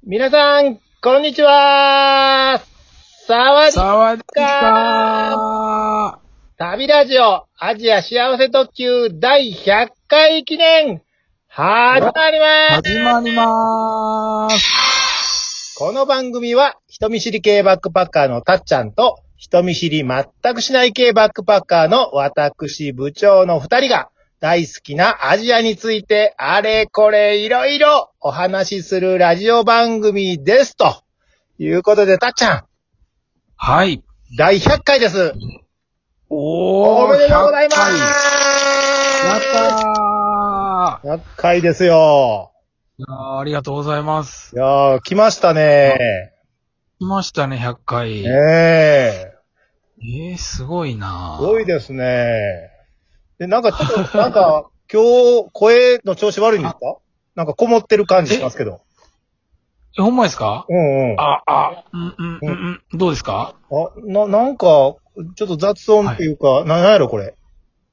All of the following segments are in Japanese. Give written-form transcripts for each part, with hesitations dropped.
皆さん、こんにちは。サワディサワディーカー。 旅ラジオアジア幸せ特急第100回記念始まります。 始まりまーす。 この番組は人見知り系バックパッカーのたっちゃんと人見知り全くしない系バックパッカーの私部長の2人が大好きなアジアについてあれこれいろいろお話しするラジオ番組ですということで、たっちゃんはい。 第100回です。 おめでとうございます。 やった 100回ですよ。 ー。ありがとうございます。 いやー、来ましたね。 来ましたね、100回。すごいなすごいですね。で、なんかちょっと、なんか、今日、声の調子悪いんですか？なんかこもってる感じしますけど。 ほんまですか？ うんうん。 どうですか？ なんか、ちょっと雑音っていうか、なんやろこれ。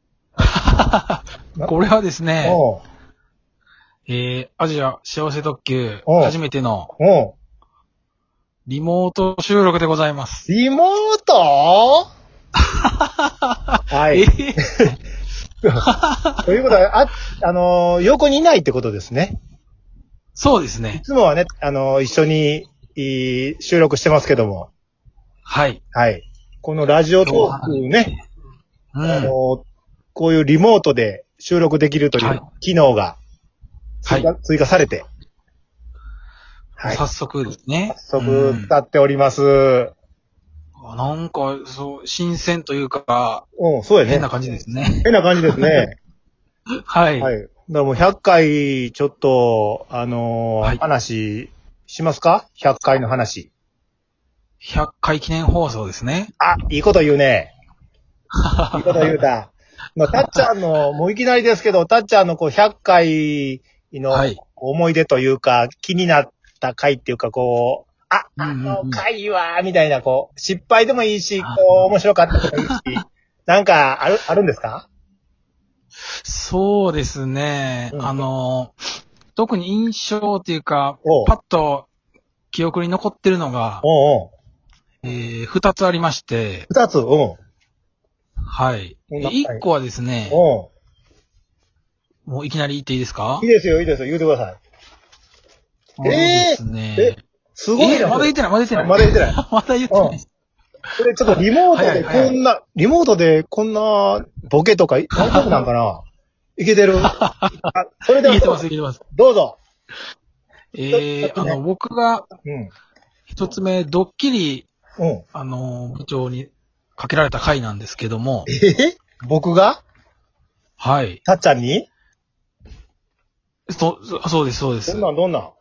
これはですね、 うアジア幸せ特急、 うん初めてのん。うん。 リモート収録でございます。 リモートはい。ということは、横にいないってことですね。いそうですね。 つもはね、一緒に、収録してますけども。 はい。 はい。このラジオトークね、こういうリモートで収録できるという機能が追加されて、 はい。早速ですね。 早速使っております。 なんか、そう、新鮮というか、 そうやね。 変な感じですね。 変な感じですね。 はい。 はい。だからもう100回、ちょっと、話しますか？ 100 回の話。 100回記念放送ですね。 いいこと言うね。いいこと言うた。たっちゃんの、もういきなりですけど、たっちゃんの100回の思い出というか、気になった回っていうか、回は、みたいな、失敗でもいいし、面白かったでもいいし、なんか、あるんですか？ そうですね。特に印象っていうか、パッと記憶に残ってるのが、2つありまして。 2つはい。1個はですね、もういきなり言っていいですか？ いいですよ、いいですよ、言うてください。 ですね。 すごいな。 まだ言ってない。 まだ言ってない。 まだ言ってない。 これちょっとリモートでこんなボケとか大丈夫なんかな？いけてる？それでは。 いけてます、いけてます。 どうぞ。 僕が、一つ目、ドッキリ、部長にかけられた回なんですけども。 僕が？ はい。 たっちゃんに？ そうです、そうです。 どんな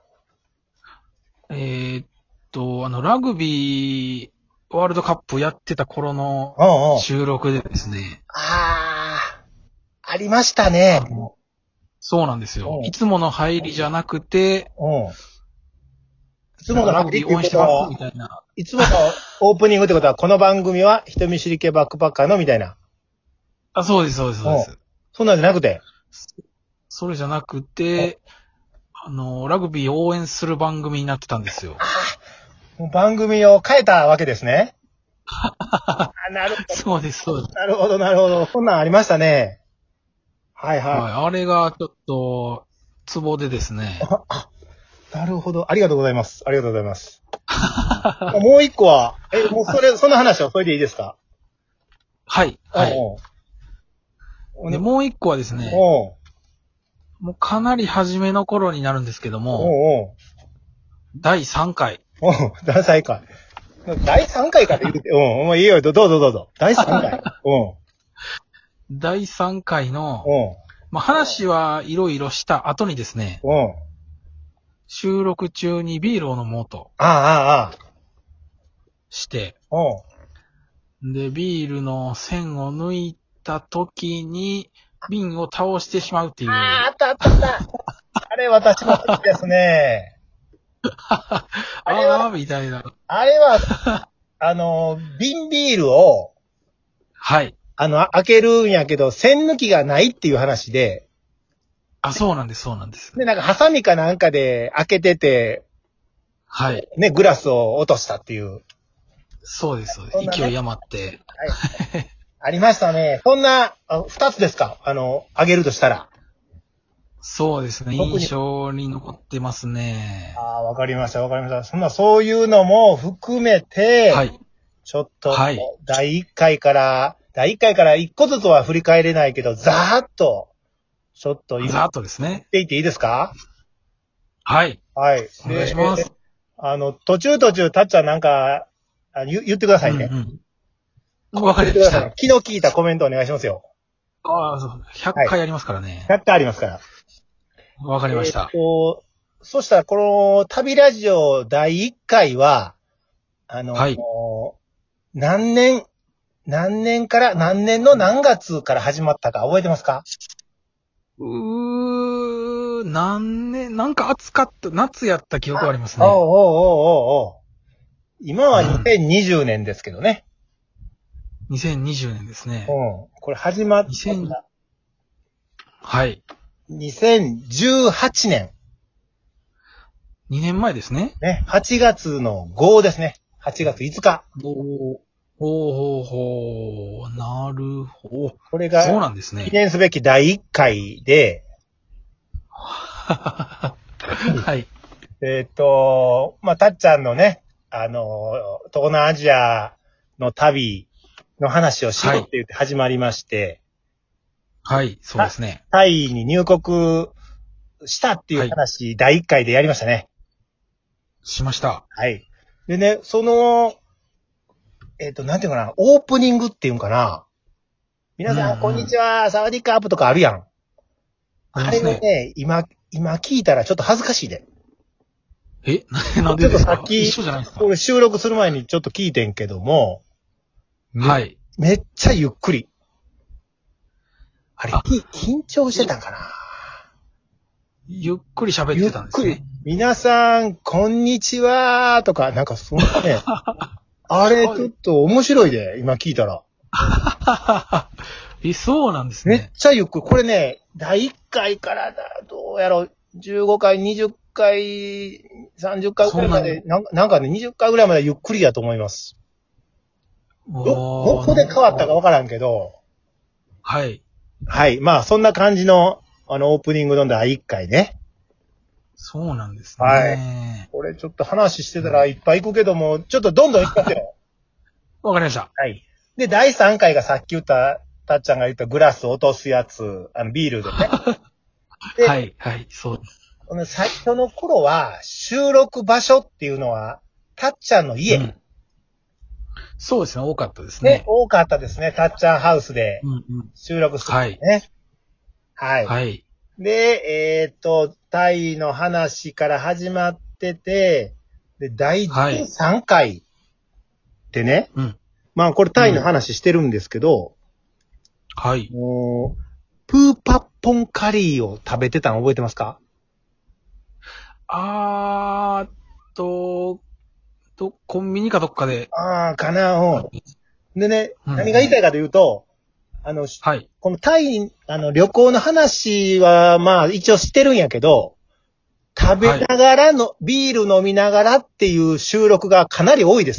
ラグビーワールドカップやってた頃の収録でですね。 ありましたね。 そうなんですよ。いつもの入りじゃなくて、 いつものラグビー応援してますみたいな。 いつものオープニングってことは、この番組は人見知り系バックパッカーのみたいな。 そうです、そうです、そうです。 そんなんじゃなくて。 それじゃなくて、ラグビーを応援する番組になってたんですよ。 番組を変えたわけですね。なるほど。 そうです、そうです。 なるほど、なるほど。そんなんありましたね。はいはい。 はい、あれがちょっと、ツボでですね。 なるほど。ありがとうございます。ありがとうございます。もう一個は、もうその話はそれでいいですか？ はい。はい。で、もう一個はですね、もうかなり初めの頃になるんですけども、第3回。 第3回。第3回から言うて、もういいよ、どうぞ。第3回。 第3回の、話はいろいろした後にですね、収録中にビールを飲もうと。して、で、ビールの線を抜いた時に、瓶を倒してしまうっていう。 あった。あれ私も好きですね。 みたいな。 あれは、瓶ビールを、 はい。 開けるんやけど、栓抜きがないっていう話で。 そうなんです。 で、なんか、ハサミかなんかで開けてて、 はい。 ね、グラスを落としたっていう。 そうです、そうです。ね、勢い余って。 はい。ありましたね。そんな、二つですか？あげるとしたら。 そうですね。印象に残ってますね。 ああ、わかりました、わかりました。そういうのも含めて、 はい。 ちょっと、 はい。 第1回から1個ずつは振り返れないけど、ざーっと、ちょっとざーっとですね。 言っていっていいですか？ はい。 はい。 お願いします。 途中、たっちゃんなんか、言ってくださいね。 わかりました。 昨日聞いたコメントお願いしますよ。 ああ、そう。100回ありますからね。 100回ありますから。 わかりました。 そしたら、この旅ラジオ第1回は、 はい。 何年の何月から始まったか覚えてますか？ 何年、なんか暑かった、夏やった記憶ありますね。 今は2020年ですけどね。 2020年ですね。 これ始まった。 はい。 2018年。 2年前ですね。 ね、8月の5ですね。8月5日。 なるほど。 これが、 そうなんですね。 記念すべき第1回で、 はい。 たっちゃんのね、東南アジアの旅の話をしようって言って始まりまして、 はい、そうですね。 タイに入国したっていう話、第1回でやりましたね。 しました。 はい。でね、なんていうかな、オープニングっていうんかな。皆さん、こんにちは、サワディーカープとかあるやん。あれをね、今聞いたらちょっと恥ずかしいで。 なんでですか？ ちょっとさっき、 一緒じゃないですか？ これ収録する前にちょっと聞いてんけども、 はい。 めっちゃゆっくり。あれ、緊張してたんかな？ ゆっくり喋ってたんですね。 ゆっくり。皆さん、こんにちはとか、なんかそんなね、あれ、ちょっと面白いで、今聞いたら。 そうなんですね。 めっちゃゆっくり。これね、第1回からどうやろう、15回、20回、30回ぐらいまで、なんかね、20回ぐらいまでゆっくりやと思います。どこで変わったかわからんけど。 はい。 はい。まあ、そんな感じの、オープニングの第1回ね。 そうなんですね。 はい。これちょっと話してたらいっぱい行くけども、ちょっとどんどん行きますよ。 わかりました。 はい。で、第3回がさっき言った、たっちゃんが言ったグラス落とすやつ、ビールでね。 はい、はい、そうです。最初の頃は、収録場所っていうのは、たっちゃんの家。 そうですね、多かったですね。 多かったですね。たっちゃんハウスで収録してるね。はい。はい。で、タイの話から始まってて、で、第13回ってね、まあこれタイの話してるんですけど、 はい。 プーパッポンカリーを食べてたの覚えてますか？ コンビニかどっかで。 かな。でね、何が言いたいかというと、はい。このタイ、旅行の話は、まあ一応してるんやけど、食べながらの、ビール飲みながらっていう収録がかなり多いです。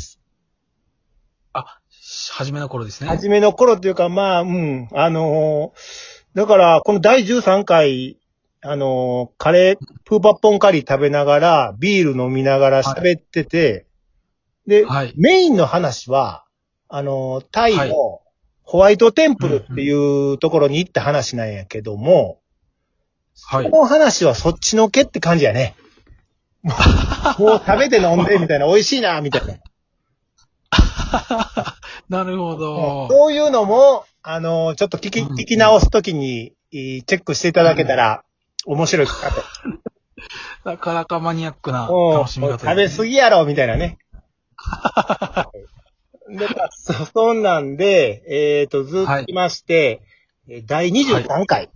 初めの頃ですね。 初めの頃っていうか、まあ、だから、この第13回、プーパッポンカリー食べながら、ビール飲みながら喋ってて、で、メインの話は、タイのホワイトテンプルっていうところに行った話なんやけども、その話はそっちのけって感じやね。もう食べて飲んで、みたいな、美味しいな、みたいな。 なるほど。 そういうのも、ちょっと聞き直すときに、チェックしていただけたら、面白いかと。 なかなかマニアックな楽しみ方、 食べ過ぎやろ、みたいなね。で、そんなんで、ずっと来まして、第23回。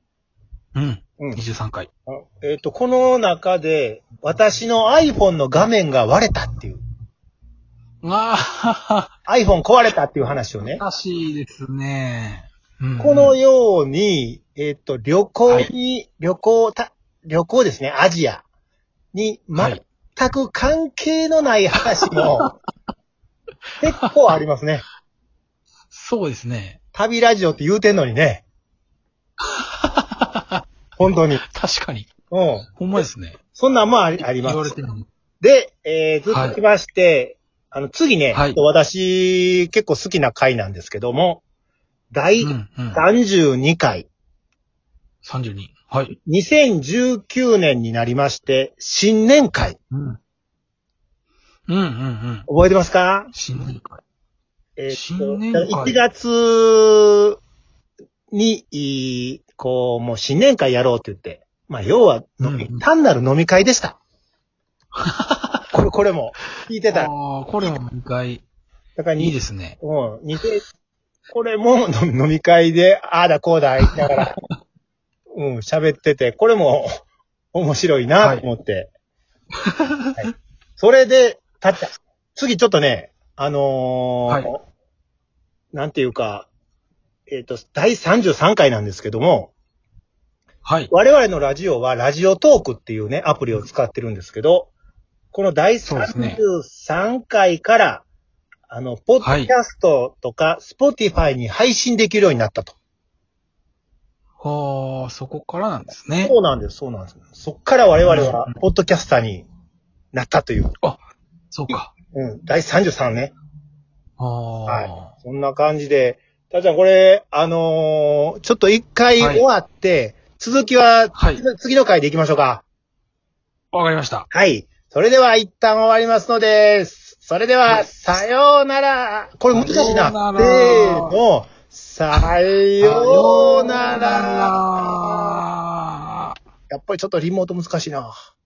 23回。 この中で、私の iPhone の画面が割れたっていう。iPhone 壊れたっていう話をね。 難しいですね。 このように、旅行ですね、アジアに、 全く関係のない話も結構ありますね。 そうですね。 旅ラジオって言うてんのにね。本当に。 確かに。 うん。 ほんまですね。 そんなんもあります。 言われてるのに。 で、ずっと来まして、次ね、 はい、 私結構好きな回なんですけども、第32回。 32。はい。 2019年になりまして、新年会。覚えてますか？ 新年会。 新年会。1月に、もう新年会やろうって言って、まあ、要は単なる飲み会でした。これも、聞いてた。 これも飲み会。 だからいいですね。 これも飲み会で、ああだこうだ言いながら、喋ってて、これも面白いなと思って。はい、それで、次ちょっとね、なんていうか、第33回なんですけども、 はい。 我々のラジオはラジオトークっていうね、アプリを使ってるんですけど、この第33回から、ポッドキャストとか、スポティファイに配信できるようになったと。 そこからなんですね。 そうなんです。そっから我々は、ポッドキャスターになったという。 そうか。 第33ね。 はい。 そんな感じで、たっちゃんこれ、ちょっと一回終わって、続きは、次の回で行きましょうか。 わかりました。 はい。それでは一旦終わりますので、それでは、さようなら。これ難しいな。せーの。さようなら。やっぱりちょっとリモート難しいな。